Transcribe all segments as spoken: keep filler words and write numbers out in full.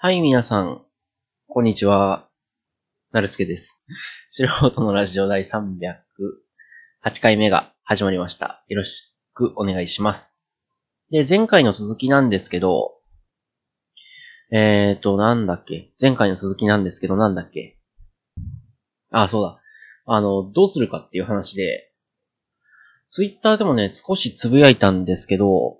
はい、皆さん、こんにちは。なるすけです。素人のラジオ第さんびゃくはちかいめが始まりました。よろしくお願いします。で、前回の続きなんですけど、えーと、なんだっけ前回の続きなんですけど、なんだっけあ、そうだ。あの、どうするかっていう話で、ツイッターでもね、少しつぶやいたんですけど、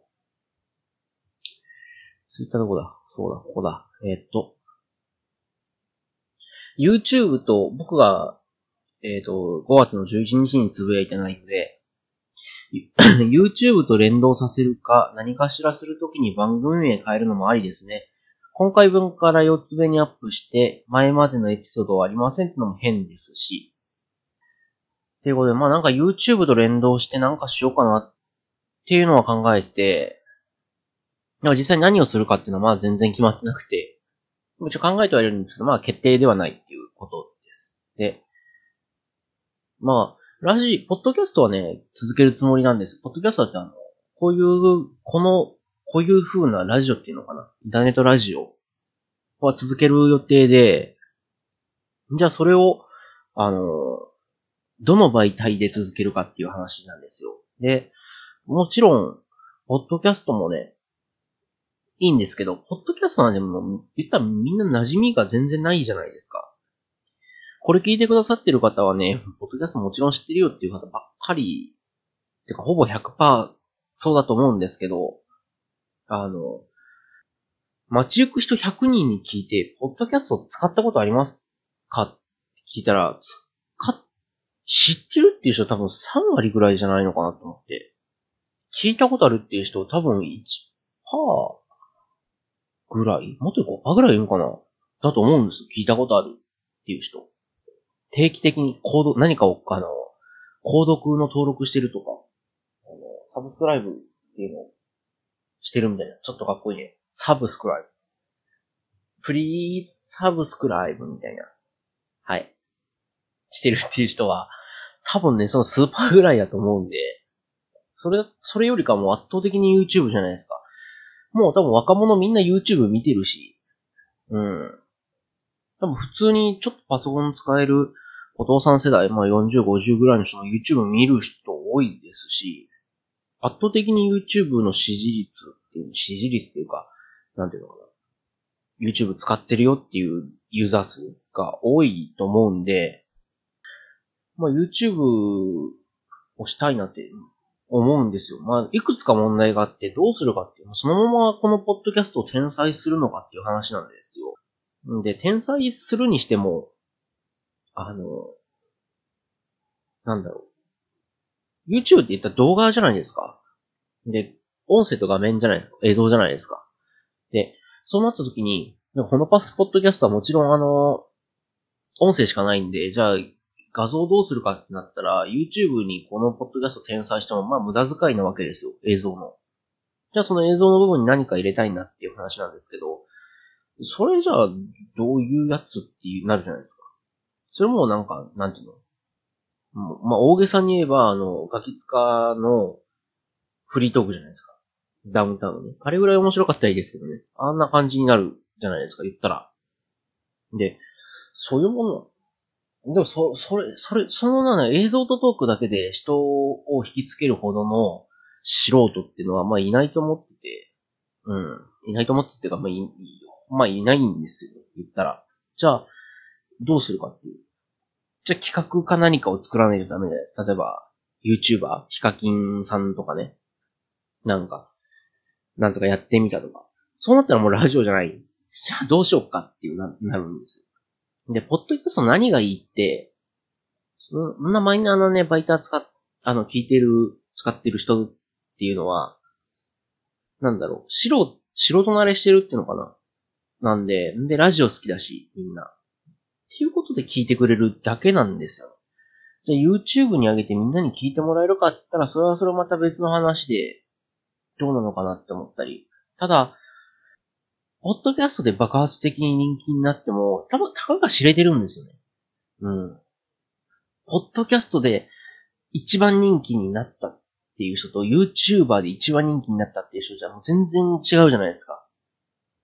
ツイッターどこだそうだ、ここだ。えーっと、YouTube と僕が、えーっと、ごがつのじゅういちにちにつぶやいた内容で、YouTube と連動させるか、何かしらするときに番組名変えるのもありですね。今回分からよっつめにアップして、前までのエピソードはありませんってのも変ですし。ということで、まあなんか YouTube と連動してなんかしようかなっていうのは考えて、実際に何をするかっていうのはまだ全然決まってなくて、一応考えてはいるんですけど、まあ決定ではないっていうことです。で、まあ、ラジ、ポッドキャストはね、続けるつもりなんです。ポッドキャストってあの、こういう、この、こういう風なラジオっていうのかな。インターネットラジオは続ける予定で、じゃあそれを、あの、どの媒体で続けるかっていう話なんですよ。で、もちろん、ポッドキャストもね、いいんですけど、ポッドキャストはでも、言ったらみんな馴染みが全然ないじゃないですか。これ聞いてくださってる方はね、ポッドキャストもちろん知ってるよっていう方ばっかり、てかほぼ ひゃくパーセント そうだと思うんですけど、あの、街行く人ひゃくにんに聞いて、ポッドキャスト使ったことありますかって聞いたら、か、知ってるっていう人多分さんわりぐらいじゃないのかなと思って。聞いたことあるっていう人多分いちパーセントぐらいもっと ごパーセント ぐらいいるのかなだと思うんですよ。聞いたことあるっていう人。定期的に購読、何かを、あの、購読の登録してるとか、あの、サブスクライブっていうのをしてるみたいな。ちょっとかっこいいね。サブスクライブ。フリーサブスクライブみたいな。はい。してるっていう人は、多分ね、その数パーぐらいだと思うんで、それ、それよりかも圧倒的に YouTube じゃないですか。もう多分若者みんな YouTube 見てるし、うん。多分普通にちょっとパソコン使えるお父さん世代、まあよんじゅう、ごじゅうぐらいの人も YouTube 見る人多いですし、圧倒的に YouTube の支持率っていう、支持率っていうか、なんていうのかな。YouTube 使ってるよっていうユーザー数が多いと思うんで、まあ YouTube をしたいなって思うんですよ。まあ、いくつか問題があってどうするかっていう、そのままこのポッドキャストを転載するのかっていう話なんですよ。で、転載するにしても、あの、なんだろう。YouTube って言ったら動画じゃないですか。で、音声と画面じゃないですか。映像じゃないですか。で、そうなった時に、このパスポッドキャストはもちろんあの、音声しかないんで、じゃあ、画像どうするかってなったら、YouTube にこのポッドキャスト転載しても、まあ無駄遣いなわけですよ。映像の。じゃあその映像の部分に何か入れたいなっていう話なんですけど、それじゃあ、どういうやつっていうなるじゃないですか。それもなんか、なんていうのもうまあ大げさに言えば、あの、ガキツカのフリートークじゃないですか。ダウンタウンね。あれぐらい面白かったらいいですけどね。あんな感じになるじゃないですか、言ったら。で、そういうもの、でも、そ、それ、それ、そのな、映像とトークだけで人を引きつけるほどの素人っていうのは、まあいないと思ってて、うん。いないと思っててか、まあい、まあいないんですよ。言ったら。じゃあ、どうするかっていう。じゃあ企画か何かを作らないとダメだよ。例えば、YouTuber、ヒカキンさんとかね。なんか、なんとかやってみたとか。そうなったらもうラジオじゃない。じゃあどうしようかっていうな、なるんですよ。で、ポッドキャスト何がいいって、そんなマイナーなね、バイター使っ、あの、聞いてる、使ってる人っていうのは、なんだろう、素人、素人慣れしてるっていうのかな。なんで、んで、ラジオ好きだし、みんな。っていうことで聞いてくれるだけなんですよ。で、YouTube に上げてみんなに聞いてもらえるかって言ったら、それはそれまた別の話で、どうなのかなって思ったり。ただ、ポッドキャストで爆発的に人気になっても、多分、たかが知れてるんですよね。うん。ポッドキャストで一番人気になったっていう人と、YouTuber で一番人気になったっていう人じゃもう全然違うじゃないですか。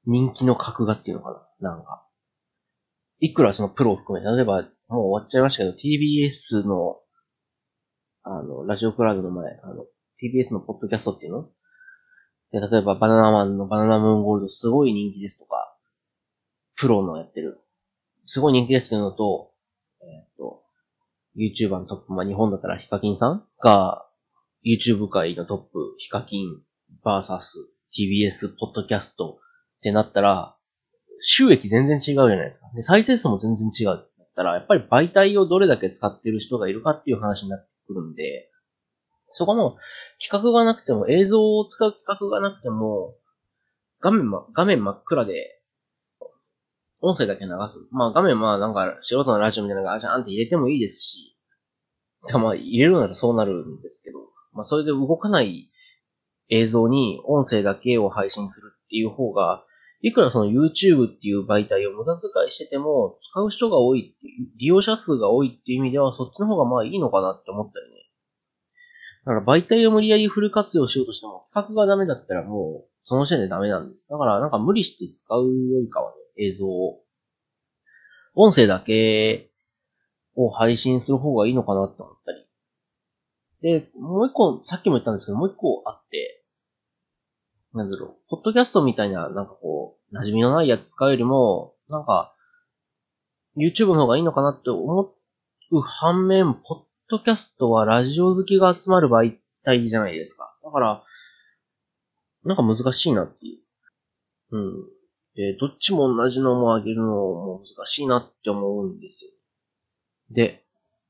人気の格がっていうのかななんか。いくらそのプロを含め、例えば、もう終わっちゃいましたけど、ティービーエス の、あの、ラジオクラウドの前、あの、ティービーエス のポッドキャストっていうので、例えばバナナマンのバナナムーンゴールドすごい人気ですとか、プロのやってる、すごい人気ですっていうのと、えっと、YouTuber のトップ、まあ、日本だったらヒカキンさんが、YouTube 界のトップ、ヒカキン ブイエス ティービーエス ポッドキャストってなったら、収益全然違うじゃないですか。で、再生数も全然違う。だったら、やっぱり媒体をどれだけ使ってる人がいるかっていう話になってくるんで、そこの企画がなくても、映像を使う企画がなくても、画面ま、画面真っ暗で、音声だけ流す。まあ画面まあなんか素人のラジオみたいなのがあじゃんって入れてもいいですし、まあ入れるならそうなるんですけど、まあそれで動かない映像に音声だけを配信するっていう方が、いくらその YouTube っていう媒体を無駄遣いしてても、使う人が多いっていう、利用者数が多いっていう意味では、そっちの方がまあいいのかなって思ったよね。だから媒体を無理やりフル活用しようとしても、企画がダメだったらもう、その時点でダメなんです。だからなんか無理して使うよりかはね、映像を。音声だけを配信する方がいいのかなって思ったり。で、もう一個、さっきも言ったんですけど、もう一個あって、なんだろう、ポッドキャストみたいな、なんかこう、馴染みのないやつ使うよりも、なんか、YouTube の方がいいのかなって思う反面、ポッドキャストはラジオ好きが集まる媒体じゃないですか。だから、なんか難しいなっていう。うん。で、どっちも同じのも上げるのも難しいなって思うんですよ。で、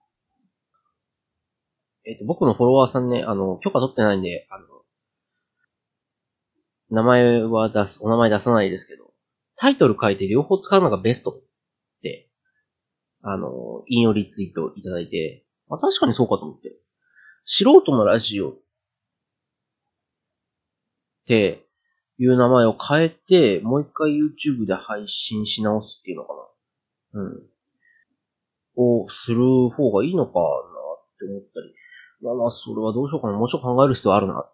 えっと、僕のフォロワーさんね、あの、許可取ってないんで、あの、名前は出す、お名前出さないですけど、タイトル書いて両方使うのがベストって、あの、引用リツイートいただいて、まあ、確かにそうかと思って。素人のラジオっていう名前を変えて、もう一回 YouTube で配信し直すっていうのかな。うん。をする方がいいのかなって思ったり。まあまあ、それはどうしようかな。もうちょっと考える必要あるなって。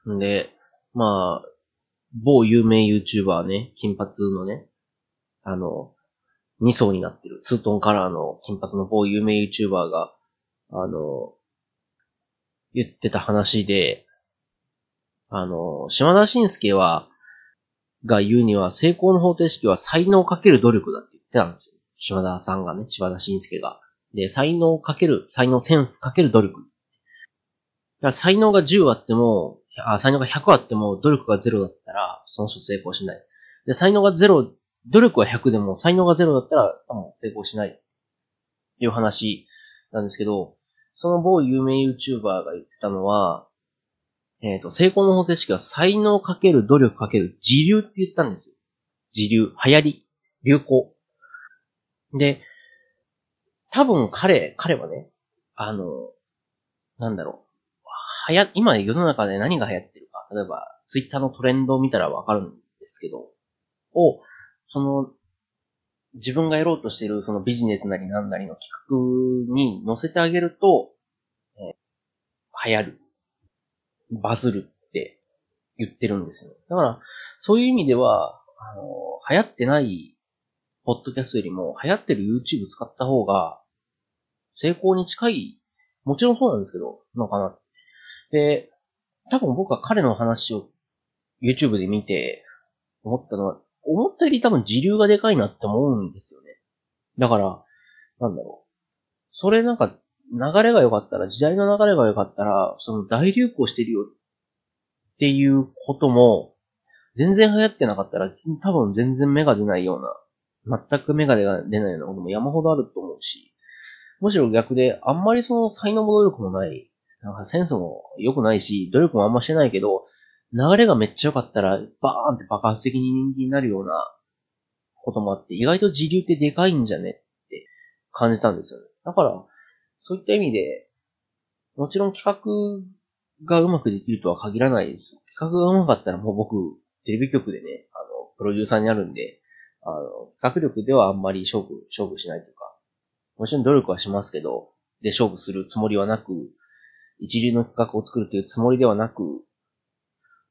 んで、まあ、某有名 YouTuber ね、金髪のね、あの、に層になってる、ツートンカラーの金髪の某有名 YouTuber が、あの、言ってた話で、あの、島田紳介は、が言うには、成功の方程式は才能かける努力だって言ってたんですよ。島田さんがね、島田紳介が。で、才能かける、才能センスかける努力。だから才能がじゅうあっても、あ、才能がひゃくあっても、努力がゼロだったら、その人成功しない。で、才能がゼロ、努力はひゃくでも、才能がゼロだったら、多分成功しない。っていう話なんですけど、その某有名 YouTuber が言ってたのは、えっと、成功の方程式は才能かける努力かける時流って言ったんですよ。時流、流行り、流行。で、多分彼、彼はね、あの、なんだろう。はや、今世の中で何が流行ってるか。例えば、ツイッターのトレンドを見たらわかるんですけど、を、その、自分がやろうとしているそのビジネスなりなんなりの企画に乗せてあげると、えー流行る。バズるって言ってるんですよ。だから、そういう意味では、あの、流行ってないポッドキャストよりも流行ってる YouTube 使った方が成功に近い、もちろんそうなんですけど、のかな。で、多分僕は彼の話を YouTube で見て思ったのは、思ったより多分時流がでかいなって思うんですよね。だから、なんだろう。それなんか流れが良かったら、時代の流れが良かったら、その大流行してるよっていうことも、全然流行ってなかったら、多分全然芽が出ないような、全く芽が出ないようなことも山ほどあると思うし、むしろ逆で、あんまりその才能も努力もない、なんかセンスも良くないし、努力もあんましてないけど、流れがめっちゃ良かったら、バーンって爆発的に人気になるようなこともあって、意外と時流ってでかいんじゃねって感じたんですよね。だから、そういった意味で、もちろん企画がうまくできるとは限らないです。企画がうまかったらもう僕、テレビ局でね、あの、プロデューサーになるんで、あの、企画力ではあんまり勝負、勝負しないというか、もちろん努力はしますけど、で勝負するつもりはなく、一流の企画を作るというつもりではなく、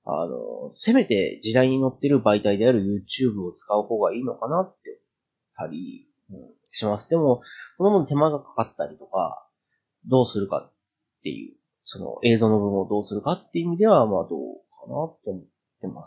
あの、せめて時代に乗ってる媒体である YouTube を使う方がいいのかなって思ったり、うん、します。でも、この分手間がかかったりとか、どうするかっていう、その映像の部分をどうするかっていう意味では、まあどうかなって思ってます。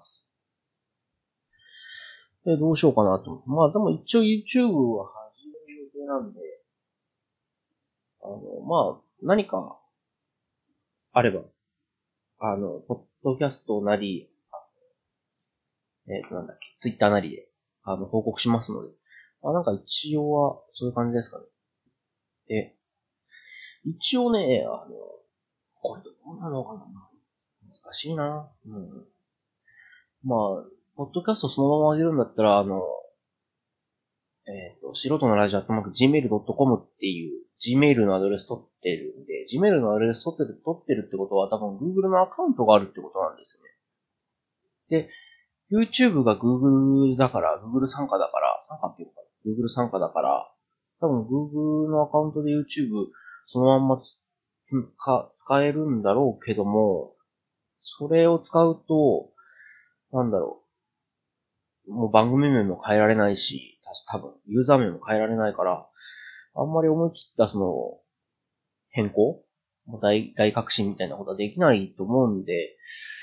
で、どうしようかなと思って。まあでも一応 YouTube は始める予定なんで、あの、まあ、何かあれば、あの、ポッドキャストなり、えっ、と、なんだっけ、ツイッターなりで、あの、報告しますので。あ、なんか一応は、そういう感じですかね。で、一応ね、あの、これどうなのかな、難しいな。うん。まあ、ポッドキャストそのまま上げるんだったら、あの、えっ、と、素人のラジオアットマーク ジーメールドットコム っていう Gmail のアドレス取ってるんで、Gmail のアドレス取ってる、取ってるってことは多分 Google のアカウントがあるってことなんですよね。で、YouTube が Google だから、Google 参加だから、参加っていうのかな ?Google 参加だから、多分 Google のアカウントで YouTube そのまんまつつか使えるんだろうけども、それを使うと、なんだろう、もう番組名も変えられないし、多分ユーザー名も変えられないから、あんまり思い切ったその変更大、大革新みたいなことはできないと思うんで、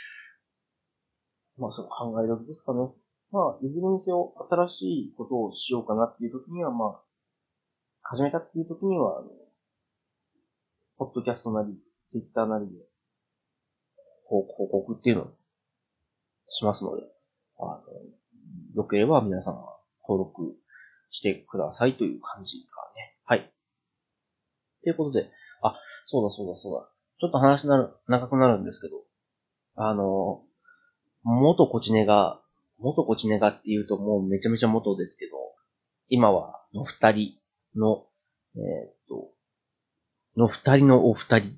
まあ、その考え時ですかね。まあ、いずれにせよ、新しいことをしようかなっていう時には、まあ、始めたっていう時には、あの、ポッドキャストなり、ツイッターなりで、報告っていうのをしますので、あの、よければ皆さんは登録してくださいという感じですかね。はい。ということで、あ、そうだそうだそうだ。ちょっと話になる、長くなるんですけど、あの、元コチネが、元コチネがっていうともうめちゃめちゃ元ですけど、今はの二人の、えー、っと、の二人のお二人。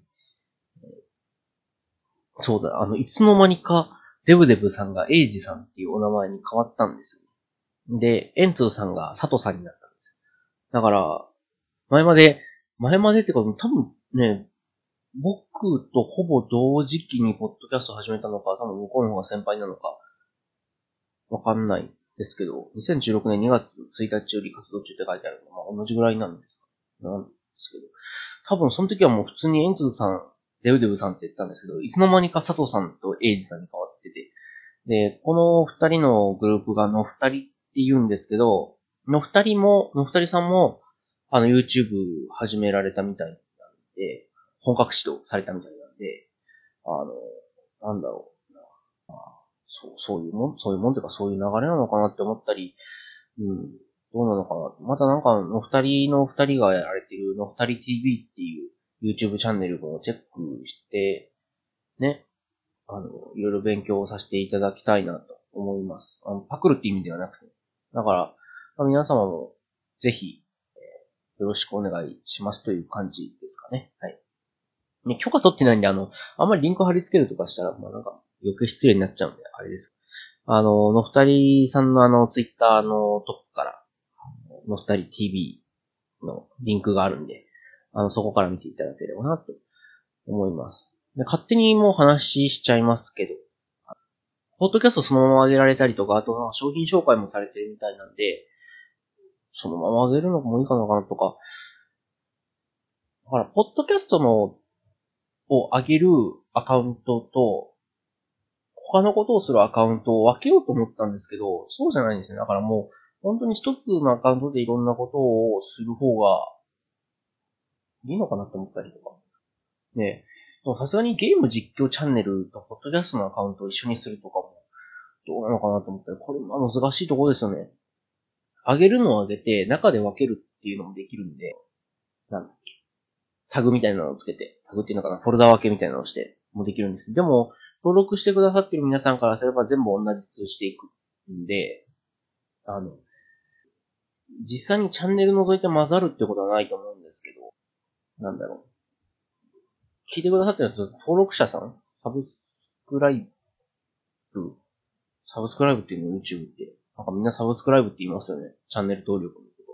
そうだ、あの、いつの間にか、デブデブさんがエイジさんっていうお名前に変わったんですよ。で、エンツーさんがサトさんになったんですよ。だから、前まで、前までってか、多分ね、僕とほぼ同時期にポッドキャストを始めたのか、多分向こうの方が先輩なのか、わかんないですけど、にせんじゅうろくねんにがつついたちより活動中って書いてあるのが、まあ、同じぐらいなんですか。なんですけど。多分その時はもう普通にエンツーさん、デブデブさんって言ったんですけど、いつの間にか佐藤さんとエイジさんに変わってて、で、この二人のグループがの二人って言うんですけど、の二人も、の二人さんも、あの YouTube 始められたみたいなんで、本格指導されたみたいなんで、あの、なんだろう。そう、そういうもん、そういうもんというかそういう流れなのかなって思ったり、うん、どうなのかな。またなんか、の二人の二人がやられているの二人 ティーブイ っていう YouTube チャンネルをチェックして、ね、あの、いろいろ勉強させていただきたいなと思います。あの、パクるって意味ではなくて。だから、まあ、皆様もぜひ、えーよろしくお願いしますという感じですかね。はい。ね、許可取ってないんで、あの、あんまりリンク貼り付けるとかしたら、まあなんか、余計失礼になっちゃうんで、あれです。あの、の二人さんのあの、ツイッターのトップから、の二人 ティーブイ のリンクがあるんで、あの、そこから見ていただければなと思います。で、勝手にもう話しちゃいますけど、ポッドキャストそのまま上げられたりとか、あとは商品紹介もされてるみたいなんで、そのまま上げるのもいいかなかなとか、だから、ポッドキャストのを上げるアカウントと、他のことをするアカウントを分けようと思ったんですけど、そうじゃないんですね。だからもう、本当に一つのアカウントでいろんなことをする方がいいのかなって思ったりとか。ね。さすがにゲーム実況チャンネルとポッドキャストのアカウントを一緒にするとかも、どうなのかなと思ったら、これまあ難しいところですよね。上げるのを上げて、中で分けるっていうのもできるんで、なんだっけ。タグみたいなのをつけて、タグっていうのかな、フォルダ分けみたいなのをして、もできるんです。でも、登録してくださってる皆さんからすれば全部同じ通していくんで、あの、実際にチャンネル覗いて混ざるってことはないと思うんですけど、なんだろう。聞いてくださってる人、登録者さんサブスクライブサブスクライブっていうの YouTube って。なんかみんなサブスクライブって言いますよね。チャンネル登録のこと。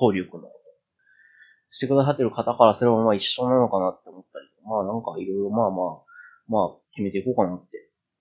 登録のこと。してくださってる方からすればまあ一緒なのかなって思ったり。まあなんかいろいろまあまあ、まあ決めていこうかなって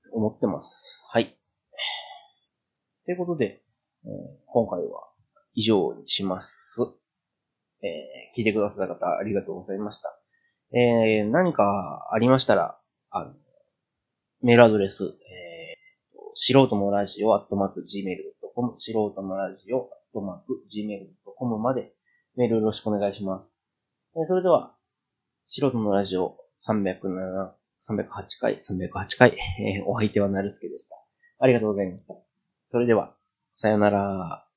思ってます。はい。ということで、えー、今回は以上にします。えー、聞いてくださった方ありがとうございました。えー、何かありましたら、あの、メールアドレス、えー、素人のラジオアットマーク ジーメールドットコム、素人のラジオアットマーク ジーメールドットコム までメールよろしくお願いします。えー、それでは、素人のラジオさんびゃくなな、さんびゃくはちかい、さんびゃくはちかい、えー、お相手はなるすけでした。ありがとうございました。それでは、さよなら。